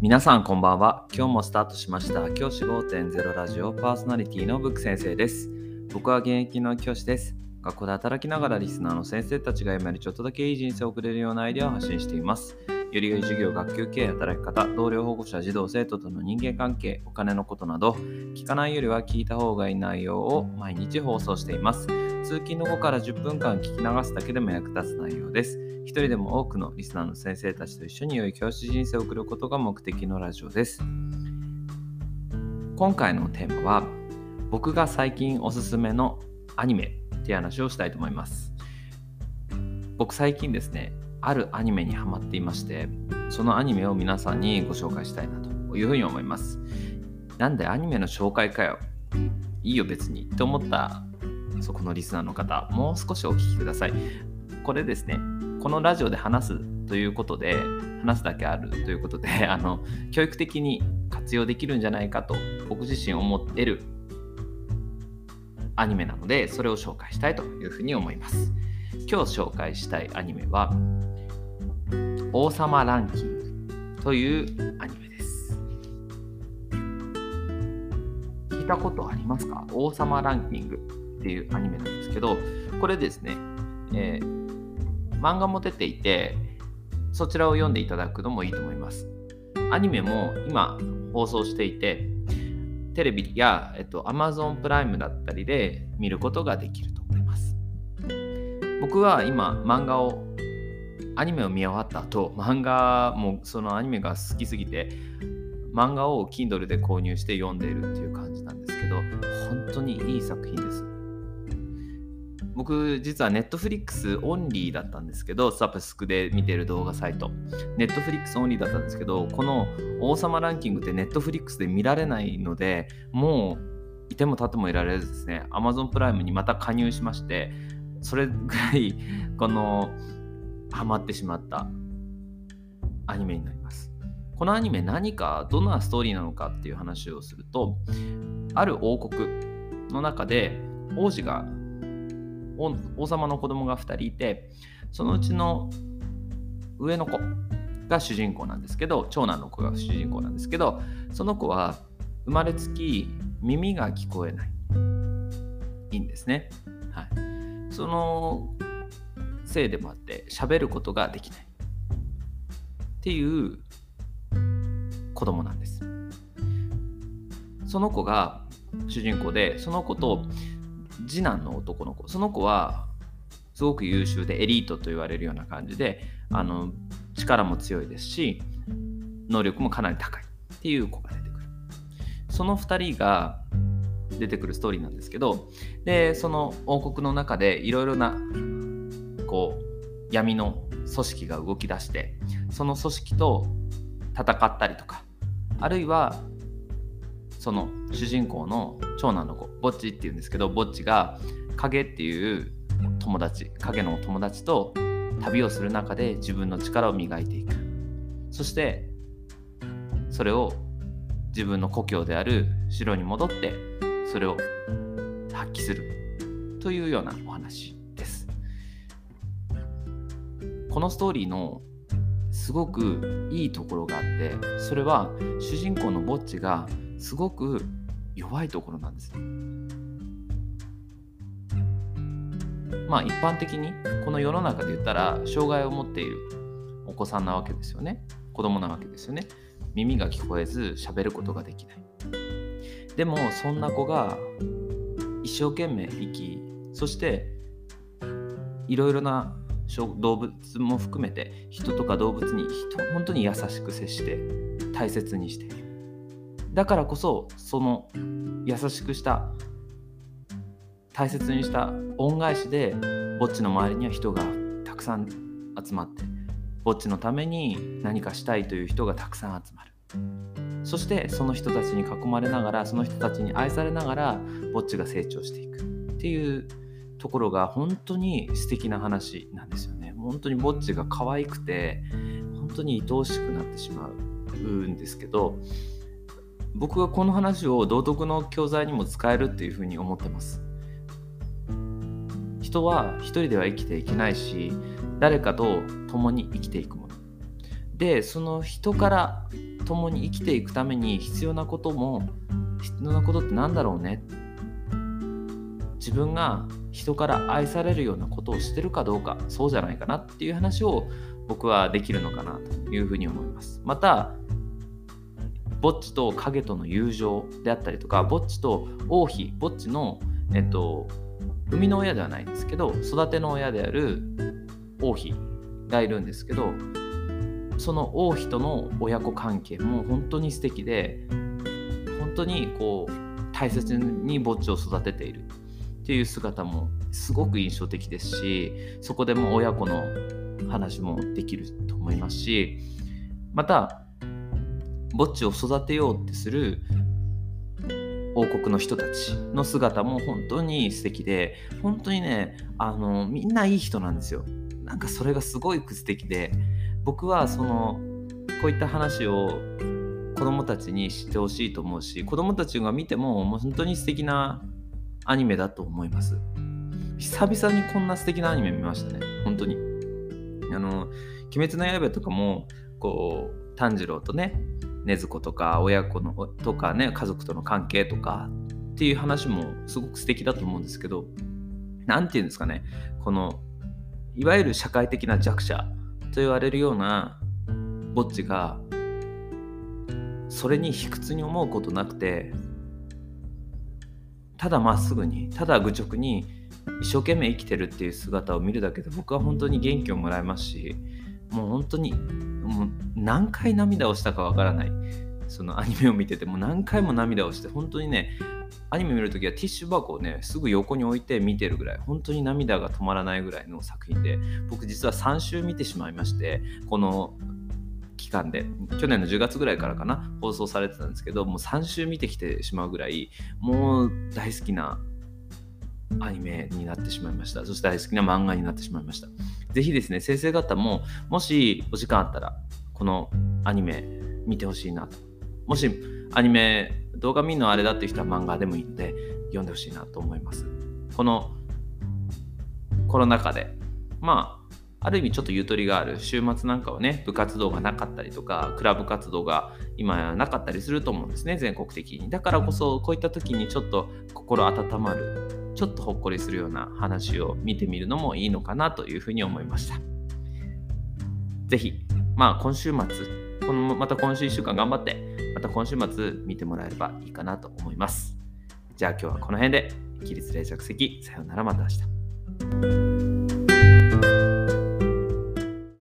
皆さんこんばんは。今日もスタートしました教師 5.0 ラジオパーソナリティのブック先生です。僕は現役の教師です。学校で働きながらリスナーの先生たちが今よりちょっとだけいい人生を送れるようなアイデアを発信しています。より良い授業、学級経営、働き方、同僚、保護者、児童、生徒との人間関係、お金のことなど、聞かないよりは聞いた方がいい内容を毎日放送しています。通勤の後から10分間聞き流すだけでも役立つ内容です。一人でも多くのリスナーの先生たちと一緒に良い教師人生を送ることが目的のラジオです。今回のテーマは、僕が最近おすすめのアニメっていう話をしたいと思います。僕最近ですね、あるアニメにハマっていまして、そのアニメを皆さんにご紹介したいなというふうに思います。なんでアニメの紹介かよ、いいよ別にと思ったそこのリスナーの方、もう少しお聞きください。これですね、このラジオで話すということで、話すだけあるということで、教育的に活用できるんじゃないかと僕自身思っているアニメなので、それを紹介したいというふうに思います。今日紹介したいアニメは王様ランキングというアニメです。聞いたことありますか？王様ランキングっていうアニメなんですけど、これですね、漫画も出ていて、そちらを読んでいただくのもいいと思います。アニメも今放送していて、テレビや、Amazon プライムだったりで見ることができると思います。僕は今アニメを見終わった後、漫画もそのアニメが好きすぎて、漫画を Kindle で購入して読んでいるっていう感じなんですけど、本当にいい作品です。僕実は Netflix オンリーだったんですけど、サブスクで見てる動画サイト Netflix オンリーだったんですけど、この王様ランキングって Netflix で見られないので、もういても立ってもいられずですね、 Amazon プライムにまた加入しまして、それぐらいハマってしまったアニメになります。このアニメどんなストーリーなのかっていう話をすると、ある王国の中で王様の子供が2人いて、そのうちの上の子が主人公なんですけど、長男の子が主人公なんですけど、その子は生まれつき耳が聞こえないいいんですね。はい、そのせいでもあって喋ることができないっていう子供なんです。その子が主人公で、その子と次男の男の子、その子はすごく優秀でエリートと言われるような感じで、力も強いですし、能力もかなり高いっていう子が出てくる。その2人が出てくるストーリーなんですけど、でその王国の中でいろいろな闇の組織が動き出して、その組織と戦ったりとか、あるいはその主人公の長男の子、ボッチっていうんですけど、ボッチが影っていう影の友達と旅をする中で自分の力を磨いていく。そしてそれを自分の故郷である城に戻ってそれを発揮するというようなお話です。このストーリーのすごくいいところがあって、それは主人公のボッチがすごく弱いところなんです。一般的にこの世の中で言ったら障害を持っているお子さんなわけですよね。子供なわけですよね。耳が聞こえず喋ることができない。でもそんな子が一生懸命生き、そしていろいろな動物も含めて人とか動物に本当に優しく接して大切にしている。だからこそその優しくした大切にした恩返しで、ボッチの周りには人がたくさん集まって、ボッチのために何かしたいという人がたくさん集まる。そしてその人たちに囲まれながら、その人たちに愛されながらボッチが成長していくっていうところが本当に素敵な話なんですよね。本当にボッチが可愛くて本当に愛おしくなってしまうんですけど、僕はこの話を道徳の教材にも使えるっていうふうに思ってます。人は一人では生きていけないし、誰かと共に生きていくもので、その人から共に生きていくために必要なことって何だろうね。自分が人から愛されるようなことをしてるかどうか、そうじゃないかなっていう話を僕はできるのかなというふうに思います。またぼっちと影との友情であったりとか、ぼっちと王妃、ぼっちの生みの親ではないんですけど、育ての親である王妃がいるんですけど、その王妃との親子関係も本当に素敵で、本当に大切にぼっちを育てているっていう姿もすごく印象的ですし、そこでも親子の話もできると思いますし、またぼっちを育てようってする王国の人たちの姿も本当に素敵で、本当にね、みんないい人なんですよ。なんかそれがすごい素敵で、僕はこういった話を子供たちに知ってほしいと思うし、子供たちが見ても本当に素敵なアニメだと思います。久々にこんな素敵なアニメ見ましたね、本当に。鬼滅の刃とかも炭治郎とね、禰豆子とか親子のとかね、家族との関係とかっていう話もすごく素敵だと思うんですけど、なんていうんですかね、いわゆる社会的な弱者と言われるようなぼっちがそれに卑屈に思うことなくて、ただまっすぐに、ただ愚直に一生懸命生きてるっていう姿を見るだけで僕は本当に元気をもらえますし、もう本当に何回涙をしたかわからない、そのアニメを見てても何回も涙をして、本当にね、アニメ見るときはティッシュ箱をねすぐ横に置いて見てるぐらい、本当に涙が止まらないぐらいの作品で、僕実は3週見てしまいまして、この期間で去年の10月ぐらいからかな、放送されてたんですけど、もう3週見てきてしまうぐらい、もう大好きなアニメになってしまいました。そして大好きな漫画になってしまいました。ぜひですね、先生方ももしお時間あったらこのアニメ見てほしいなと。もしアニメ動画見るのあれだっていう人は漫画でもいいので読んでほしいなと思います。このコロナ禍である意味ちょっとゆとりがある週末なんかはね、部活動がなかったりとかクラブ活動が今なかったりすると思うんですね、全国的に。だからこそこういった時にちょっと心温まる、ちょっとほっこりするような話を見てみるのもいいのかなというふうに思いました。ぜひ今週末また今週1週間頑張って、また今週末見てもらえればいいかなと思います。じゃあ今日はこの辺で。起立例着席、さようなら、また明日。